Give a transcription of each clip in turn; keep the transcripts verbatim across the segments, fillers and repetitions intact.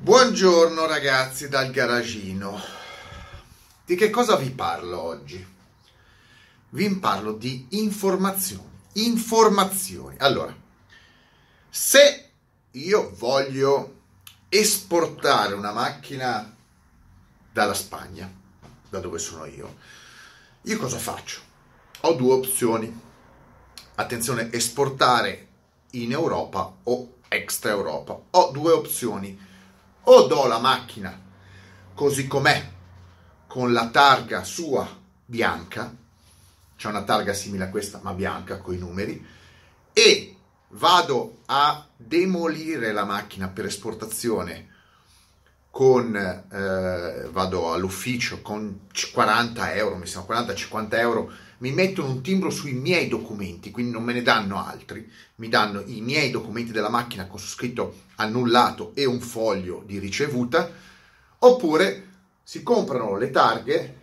Buongiorno ragazzi dal garagino. Di che cosa vi parlo oggi? Vi parlo di informazioni. Informazioni. Allora, se io voglio esportare una macchina dalla Spagna, da dove sono io, io cosa faccio? Ho due opzioni. Attenzione, esportare in Europa o extra Europa. Ho due opzioni. O do la macchina così com'è, con la targa sua bianca, c'è una targa simile a questa ma bianca con i numeri, e vado a demolire la macchina per esportazione con eh, vado all'ufficio con quaranta euro, mi sembra quaranta cinquanta euro, mi mettono un timbro sui miei documenti, quindi non me ne danno altri, mi danno i miei documenti della macchina con su scritto annullato e un foglio di ricevuta, oppure si comprano le targhe,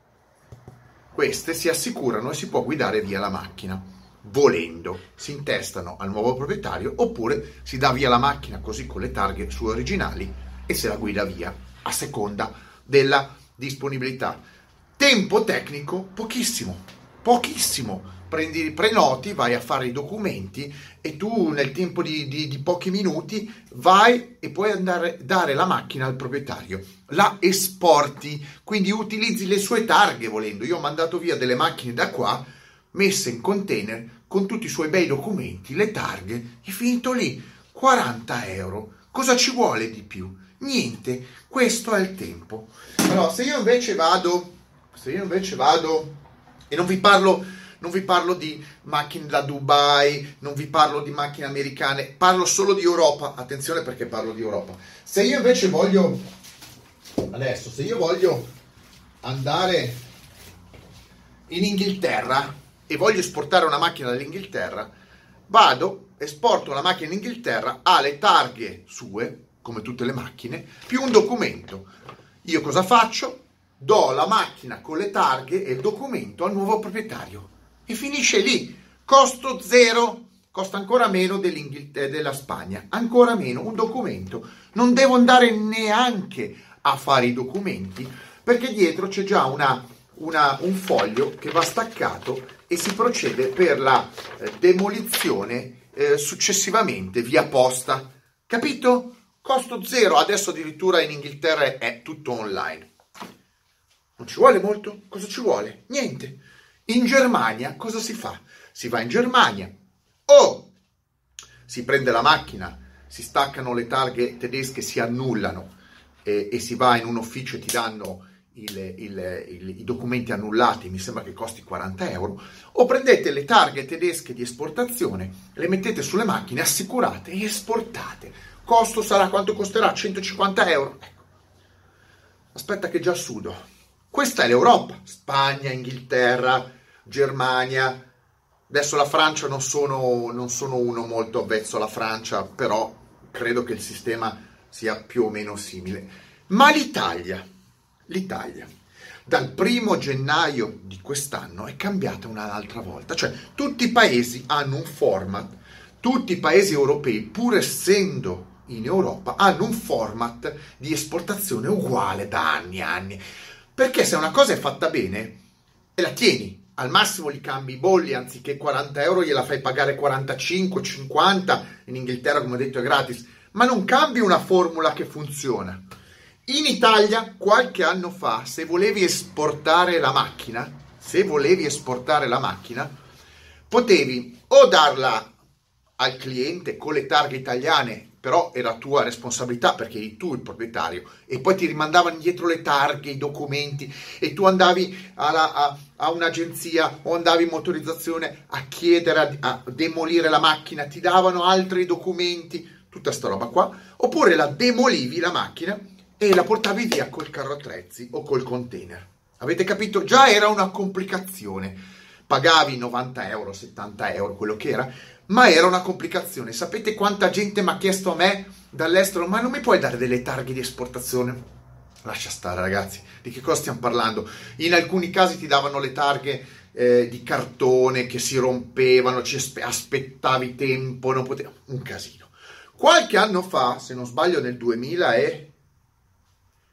queste si assicurano e si può guidare via la macchina, volendo, si intestano al nuovo proprietario, oppure si dà via la macchina così con le targhe sue originali e se la guida via, a seconda della disponibilità. Tempo tecnico pochissimo, pochissimo. Prendi, prenoti, vai a fare i documenti e tu nel tempo di, di, di pochi minuti vai e puoi andare a dare la macchina al proprietario. La esporti, quindi utilizzi le sue targhe volendo. Io ho mandato via delle macchine da qua, messe in container con tutti i suoi bei documenti, le targhe, è finito lì, quaranta euro. Cosa ci vuole di più? Niente, questo è il tempo. Allora, se io invece vado, se io invece vado e non vi parlo, non vi parlo di macchine da Dubai, non vi parlo di macchine americane, parlo solo di Europa. Attenzione perché parlo di Europa. Se io invece voglio, adesso, se io voglio andare in Inghilterra e voglio esportare una macchina dall'Inghilterra, vado, esporto la macchina in Inghilterra, ha le targhe sue, come tutte le macchine, più un documento. Io cosa faccio? Do la macchina con le targhe e il documento al nuovo proprietario e finisce lì. Costo zero, costa ancora meno dell'Inghilterra, della Spagna, ancora meno, un documento. Non devo andare neanche a fare i documenti perché dietro c'è già una, una, un foglio che va staccato e si procede per la eh, demolizione eh, successivamente via posta. Capito? Costo zero, adesso addirittura in Inghilterra è tutto online. Non ci vuole molto? Cosa ci vuole? Niente. In Germania cosa si fa? Si va in Germania o si prende la macchina, si staccano le targhe tedesche, si annullano e, e si va in un ufficio e ti danno il, il, il, i documenti annullati, mi sembra che costi quaranta euro, o prendete le targhe tedesche di esportazione, le mettete sulle macchine, assicurate e esportate. Costo sarà quanto costerà? centocinquanta euro. Ecco. Aspetta che già sudo. Questa è l'Europa. Spagna, Inghilterra, Germania. Adesso la Francia non sono, non sono uno molto avvezzo alla Francia, però credo che il sistema sia più o meno simile. Ma l'Italia, l'Italia, dal primo gennaio di quest'anno è cambiata un'altra volta. Cioè, tutti i paesi hanno un format, tutti i paesi europei, pur essendo in Europa, hanno un format di esportazione uguale da anni e anni, perché se una cosa è fatta bene e la tieni, al massimo gli cambi i bolli, anziché quaranta euro gliela fai pagare quarantacinque cinquanta, in Inghilterra come ho detto è gratis, ma non cambi una formula che funziona. In Italia qualche anno fa, se volevi esportare la macchina, se volevi esportare la macchina, potevi o darla al cliente con le targhe italiane, però era tua responsabilità perché eri tu il proprietario, e poi ti rimandavano indietro le targhe, i documenti, e tu andavi alla, a, a un'agenzia o andavi in motorizzazione a chiedere a, a demolire la macchina, ti davano altri documenti, tutta sta roba qua, oppure la demolivi la macchina e la portavi via col carro attrezzi o col container. Avete capito? Già era una complicazione. Pagavi novanta euro, settanta euro, quello che era, ma era una complicazione. Sapete quanta gente mi ha chiesto a me dall'estero: ma non mi puoi dare delle targhe di esportazione? Lascia stare, ragazzi, di che cosa stiamo parlando? In alcuni casi ti davano le targhe eh, di cartone che si rompevano, ci aspettavi tempo, non potevi... un casino. Qualche anno fa, se non sbaglio nel duemila e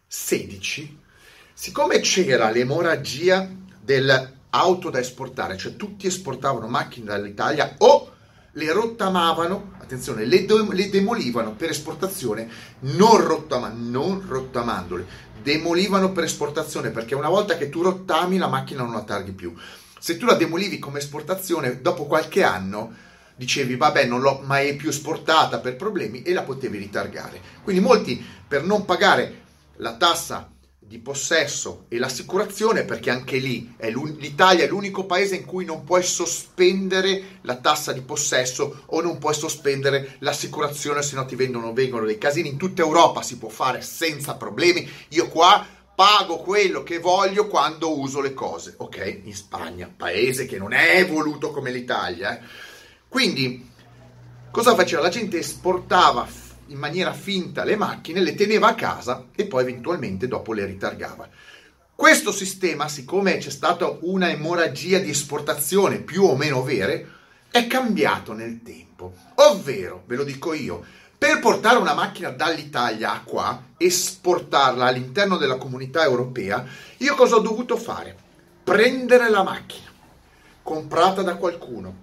sedici, siccome c'era l'emorragia dell'auto da esportare, cioè tutti esportavano macchine dall'Italia o le rottamavano, attenzione, le, do- le demolivano per esportazione, non, rottama- non rottamandole, demolivano per esportazione, perché una volta che tu rottami la macchina non la targhi più. Se tu la demolivi come esportazione, dopo qualche anno dicevi vabbè non l'ho mai più esportata per problemi e la potevi ritargare. Quindi molti, per non pagare la tassa di possesso e l'assicurazione, perché anche lì è l'Italia è l'unico paese in cui non puoi sospendere la tassa di possesso o non puoi sospendere l'assicurazione, se no ti vengono, vengono dei casini. In tutta Europa si può fare senza problemi. Io qua pago quello che voglio quando uso le cose, ok? In Spagna, paese che non è evoluto come l'Italia, eh? Quindi cosa faceva? La gente esportava in maniera finta le macchine, le teneva a casa e poi eventualmente dopo le ritargava. Questo sistema, siccome c'è stata una emorragia di esportazione più o meno vere, è cambiato nel tempo. Ovvero, ve lo dico io, per portare una macchina dall'Italia a qua, esportarla all'interno della comunità europea, io cosa ho dovuto fare? Prendere la macchina, comprata da qualcuno,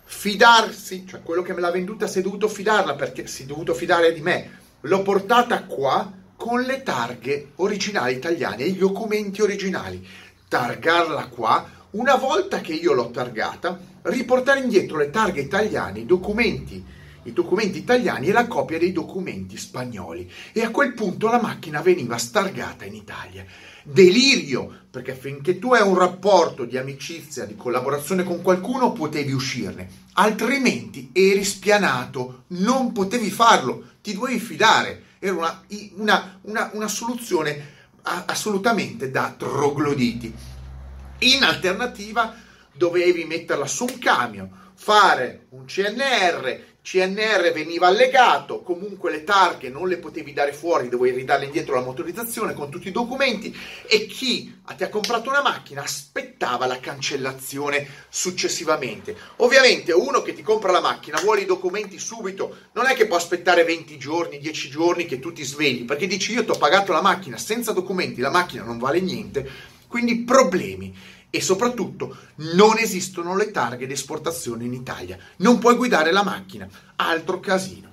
fidarsi, cioè quello che me l'ha venduta si è dovuto fidarla perché si è dovuto fidare di me, l'ho portata qua con le targhe originali italiane e i documenti originali, targarla qua, una volta che io l'ho targata, riportare indietro le targhe italiane, i documenti, i documenti italiani e la copia dei documenti spagnoli, e a quel punto la macchina veniva stargata in Italia. Delirio, perché finché tu hai un rapporto di amicizia, di collaborazione con qualcuno, potevi uscirne, altrimenti eri spianato, non potevi farlo, ti dovevi fidare. Era una, una, una, una soluzione assolutamente da trogloditi. In alternativa dovevi metterla su un camion, fare un C N R, C N R veniva allegato, comunque le targhe non le potevi dare fuori, dovevi ridarle indietro la motorizzazione con tutti i documenti, e chi ti ha comprato una macchina aspettava la cancellazione successivamente. Ovviamente uno che ti compra la macchina vuole i documenti subito, non è che può aspettare venti giorni, dieci giorni che tu ti svegli, perché dici io ti ho pagato la macchina senza documenti, la macchina non vale niente, quindi problemi. E soprattutto non esistono le targhe di esportazione in Italia. Non puoi guidare la macchina. Altro casino.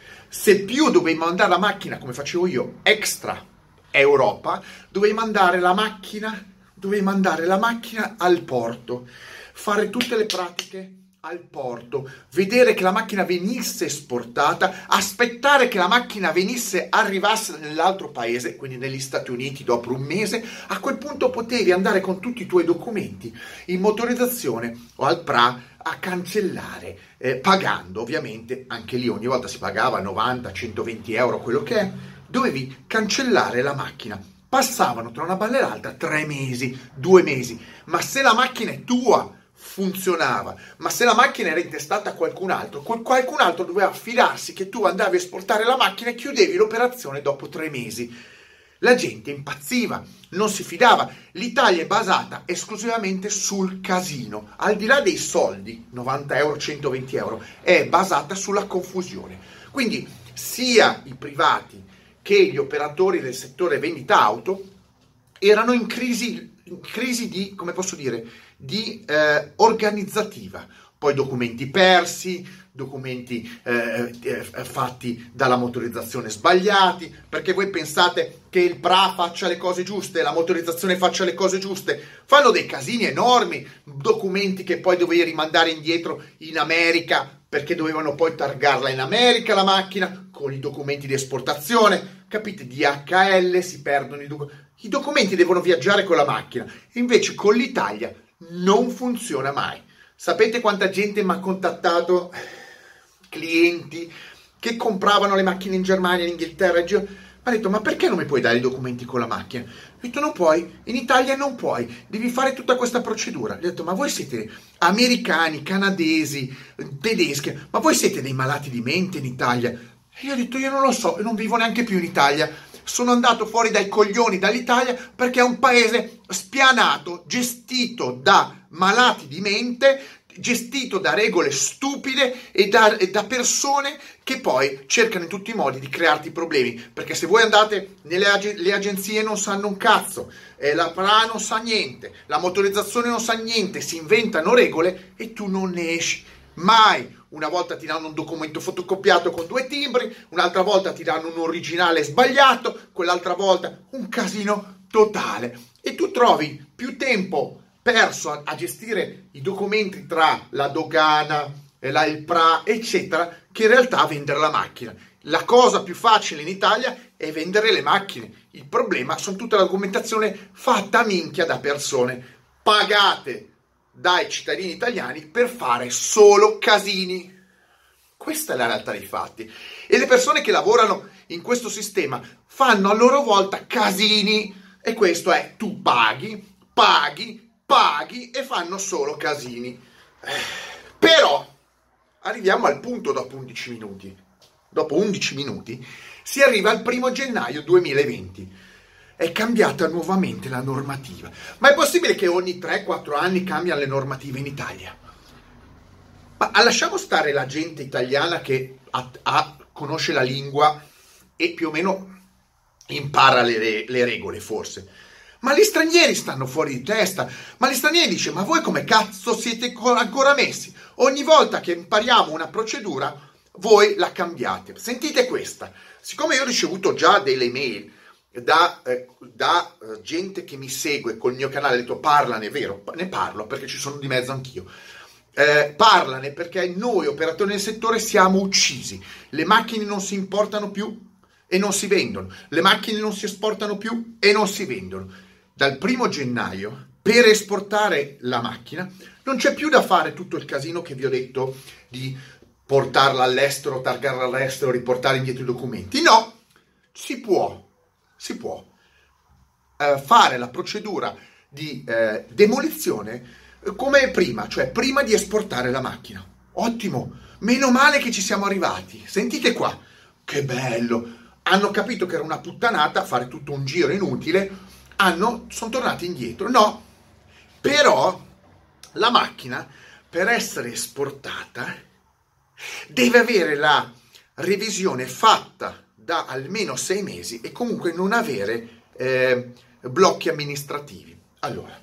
Se più dovevi mandare la macchina, come facevo io, extra Europa, dovevi mandare la macchina, dovevi mandare la macchina al porto, fare tutte le pratiche al porto, vedere che la macchina venisse esportata, aspettare che la macchina venisse, arrivasse nell'altro paese, quindi negli Stati Uniti dopo un mese. A quel punto potevi andare con tutti i tuoi documenti in motorizzazione o al P R A a cancellare, eh, pagando ovviamente, anche lì ogni volta si pagava novanta centoventi euro, quello che è, dovevi cancellare la macchina. Passavano tra una balla e l'altra tre mesi, due mesi, ma se la macchina è tua funzionava, ma se la macchina era intestata a qualcun altro, qualcun altro doveva fidarsi che tu andavi a esportare la macchina e chiudevi l'operazione dopo tre mesi. La gente impazziva, non si fidava. L'Italia è basata esclusivamente sul casino, al di là dei soldi, novanta euro, centoventi euro, è basata sulla confusione. Quindi sia i privati che gli operatori del settore vendita auto erano in crisi, in crisi di, come posso dire, di eh, organizzativa. Poi documenti persi, documenti eh, eh, fatti dalla motorizzazione sbagliati, perché voi pensate che il P R A faccia le cose giuste, la motorizzazione faccia le cose giuste, fanno dei casini enormi, documenti che poi dovevi rimandare indietro in America perché dovevano poi targarla in America la macchina con i documenti di esportazione, capite? D H L, si perdono i documenti, i documenti devono viaggiare con la macchina, invece con l'Italia non funziona mai. Sapete quanta gente mi ha contattato, clienti che compravano le macchine in Germania, in Inghilterra, in giro, mi ha detto ma perché non mi puoi dare i documenti con la macchina? Ho detto non puoi, in Italia non puoi, devi fare tutta questa procedura. Gli ho detto ma voi siete americani, canadesi, tedeschi, ma voi siete dei malati di mente in Italia? E io ho detto io non lo so, non vivo neanche più in Italia. Sono andato fuori dai coglioni dall'Italia perché è un paese spianato, gestito da malati di mente gestito da regole stupide e da, e da persone che poi cercano in tutti i modi di crearti problemi, perché se voi andate nelle ag- le agenzie non sanno un cazzo, eh, la P R A non sa niente, la motorizzazione non sa niente, si inventano regole e tu non ne esci mai. Una volta ti danno un documento fotocopiato con due timbri, un'altra volta ti danno un originale sbagliato, quell'altra volta un casino totale, e tu trovi più tempo perso a, a gestire i documenti tra la dogana, eh, la, il P R A, eccetera, che in realtà vendere la macchina. La cosa più facile in Italia è vendere le macchine. Il problema sono tutta la documentazione fatta a minchia da persone pagate dai cittadini italiani per fare solo casini. Questa è la realtà dei fatti. E le persone che lavorano in questo sistema fanno a loro volta casini. E questo è: tu paghi, paghi, paghi e fanno solo casini. Eh, però arriviamo al punto dopo undici minuti. Dopo undici minuti si arriva al primo gennaio duemilaventi. È cambiata nuovamente la normativa. Ma è possibile che ogni tre quattro anni cambiano le normative in Italia? Ma lasciamo stare la gente italiana che ha, ha, conosce la lingua e più o meno impara le, le regole, forse. Ma gli stranieri stanno fuori di testa. Ma gli stranieri dicono: ma voi come cazzo siete ancora messi? Ogni volta che impariamo una procedura, voi la cambiate. Sentite questa. Siccome io ho ricevuto già delle mail da, eh, da eh, gente che mi segue col mio canale, ho detto: parlane, è vero, ne parlo perché ci sono di mezzo anch'io. Eh, parlane perché noi operatori nel settore siamo uccisi. Le macchine non si importano più e non si vendono. Le macchine non si esportano più e non si vendono. Dal primo gennaio, per esportare la macchina, non c'è più da fare tutto il casino che vi ho detto di portarla all'estero, targarla all'estero, riportare indietro i documenti. No, si può, si può eh, fare la procedura di eh, demolizione come prima, cioè prima di esportare la macchina. Ottimo, meno male che ci siamo arrivati. Sentite qua, che bello. Hanno capito che era una puttanata fare tutto un giro inutile, hanno, sono tornati indietro. No, però la macchina, per essere esportata, deve avere la revisione fatta da almeno sei mesi e comunque non avere eh, blocchi amministrativi. Allora,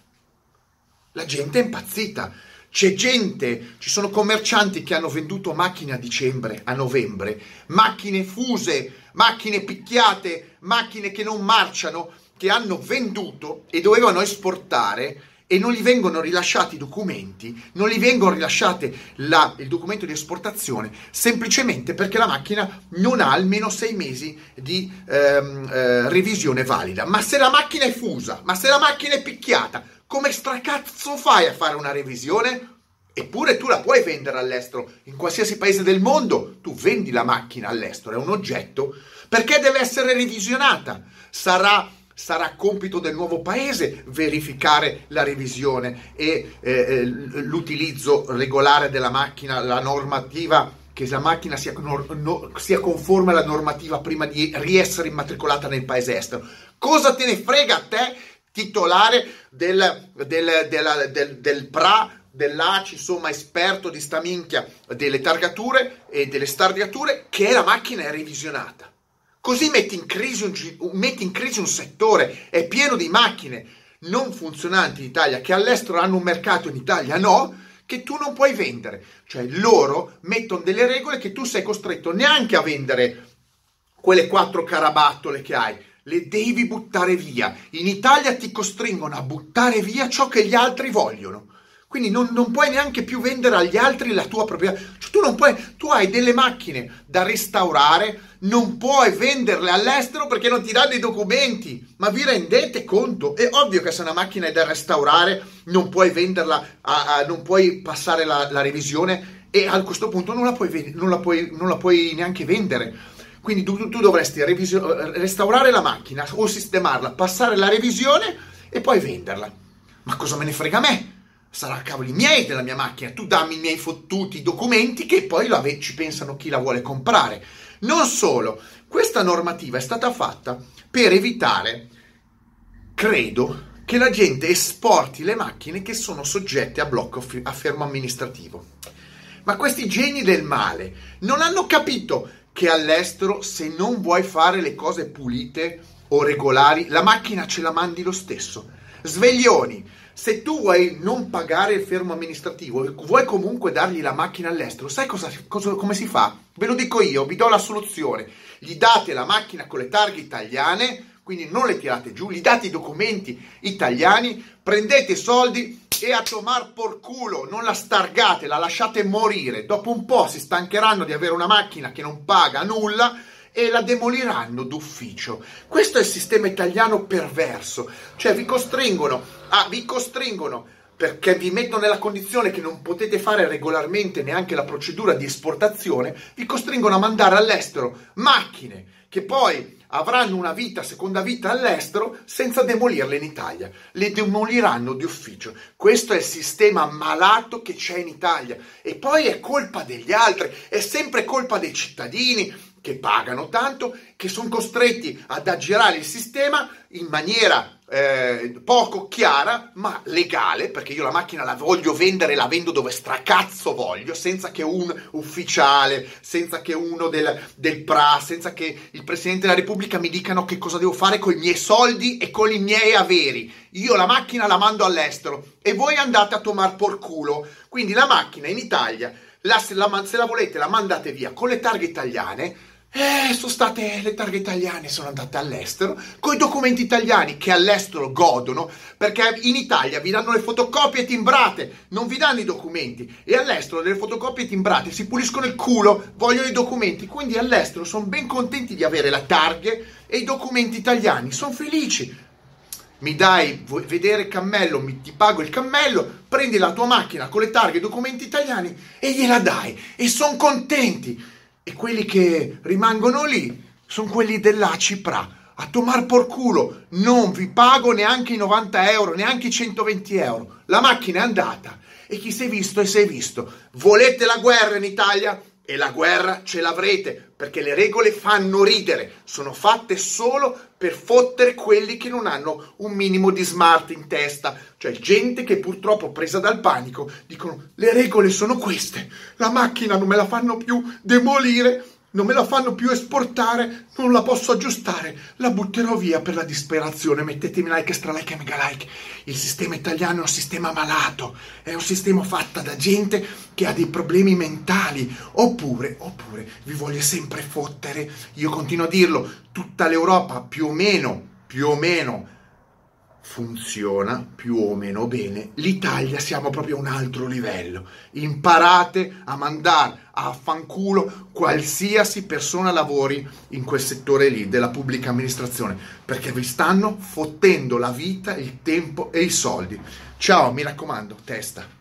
la gente è impazzita. C'è gente, ci sono commercianti che hanno venduto macchine a dicembre, a novembre, macchine fuse, macchine picchiate, macchine che non marciano, che hanno venduto e dovevano esportare e non gli vengono rilasciati i documenti, non gli vengono rilasciate la, il documento di esportazione, semplicemente perché la macchina non ha almeno sei mesi di ehm, eh, revisione valida. Ma se la macchina è fusa, ma se la macchina è picchiata, come stracazzo fai a fare una revisione? Eppure tu la puoi vendere all'estero, in qualsiasi paese del mondo. Tu vendi la macchina all'estero, è un oggetto, perché deve essere revisionata. Sarà, sarà compito del nuovo paese verificare la revisione e eh, l'utilizzo regolare della macchina, la normativa, che la macchina sia, no, no, sia conforme alla normativa prima di riessere immatricolata nel paese estero. Cosa te ne frega a te, titolare del, del, della, del, del P R A, dell'A C I, insomma esperto di sta minchia delle targature e delle stardiature, che la macchina è revisionata? Così metti in crisi un, metti in crisi un settore. È pieno di macchine non funzionanti in Italia, che all'estero hanno un mercato, in Italia no, che tu non puoi vendere. Cioè loro mettono delle regole che tu sei costretto neanche a vendere quelle quattro carabattole che hai, le devi buttare via. In Italia ti costringono a buttare via ciò che gli altri vogliono. Quindi non, non puoi neanche più vendere agli altri la tua proprietà. Cioè, tu non puoi, tu hai delle macchine da restaurare, non puoi venderle all'estero perché non ti danno i documenti. Ma vi rendete conto? È ovvio che se una macchina è da restaurare non puoi venderla, a, a, non puoi passare la, la revisione e a questo punto non la puoi, non la puoi, non la puoi neanche vendere. Quindi tu, tu dovresti revisio, restaurare la macchina o sistemarla, passare la revisione e poi venderla. Ma cosa me ne frega a me? Sarà cavoli miei della mia macchina, tu dammi i miei fottuti documenti che poi la, ci pensano chi la vuole comprare. Non solo, questa normativa è stata fatta per evitare, credo, che la gente esporti le macchine che sono soggette a blocco a fermo amministrativo. Ma questi geni del male non hanno capito che all'estero, se non vuoi fare le cose pulite o regolari, la macchina ce la mandi lo stesso. Sveglioni, se tu vuoi non pagare il fermo amministrativo e vuoi comunque dargli la macchina all'estero, sai cosa, cosa, come si fa? Ve lo dico io, vi do la soluzione. Gli date la macchina con le targhe italiane, quindi non le tirate giù, gli date i documenti italiani, prendete i soldi e a tomar por culo, non la stargate, la lasciate morire. Dopo un po' si stancheranno di avere una macchina che non paga nulla e la demoliranno d'ufficio. Questo è il sistema italiano perverso, cioè vi costringono, a, vi costringono perché vi mettono nella condizione che non potete fare regolarmente neanche la procedura di esportazione, vi costringono a mandare all'estero macchine che poi avranno una vita, seconda vita all'estero senza demolirle in Italia. Le demoliranno di ufficio. Questo è il sistema malato che c'è in Italia. E poi è colpa degli altri, è sempre colpa dei cittadini che pagano tanto, che sono costretti ad aggirare il sistema in maniera eh, poco chiara ma legale, perché io la macchina la voglio vendere, la vendo dove stracazzo voglio, senza che un ufficiale, senza che uno del, del P R A, senza che il Presidente della Repubblica mi dicano che cosa devo fare con i miei soldi e con i miei averi. Io la macchina la mando all'estero e voi andate a tomar por culo. Quindi la macchina in Italia, la, se, la, se la volete la mandate via con le targhe italiane. Eh, sono state le targhe italiane, sono andate all'estero con i documenti italiani che all'estero godono, perché in Italia vi danno le fotocopie timbrate, non vi danno i documenti, e all'estero delle fotocopie timbrate si puliscono il culo, vogliono i documenti, quindi all'estero sono ben contenti di avere la targhe e i documenti italiani, sono felici. Mi dai, vuoi vedere il cammello, mi, ti pago il cammello, prendi la tua macchina con le targhe e i documenti italiani e gliela dai, e sono contenti. E quelli che rimangono lì sono quelli dell'A C I P R A. A tomar por culo, non vi pago neanche i novanta euro, neanche i centoventi euro. La macchina è andata e chi si è visto e si è visto. Volete la guerra in Italia? E la guerra ce l'avrete, perché le regole fanno ridere. Sono fatte solo per fottere quelli che non hanno un minimo di smart in testa. Cioè gente che purtroppo, presa dal panico, dicono le regole sono queste. La macchina non me la fanno più demolire, non me la fanno più esportare, non la posso aggiustare, la butterò via per la disperazione. Mettetemi like, extra like e mega like. Il sistema italiano è un sistema malato, è un sistema fatto da gente che ha dei problemi mentali, oppure, oppure vi voglio sempre fottere. Io continuo a dirlo, tutta l'Europa più o meno, più o meno funziona più o meno bene. L'Italia siamo proprio a un altro livello. Imparate a mandare a fanculo qualsiasi persona lavori in quel settore lì della pubblica amministrazione, perché vi stanno fottendo la vita, il tempo e i soldi. Ciao, mi raccomando, testa.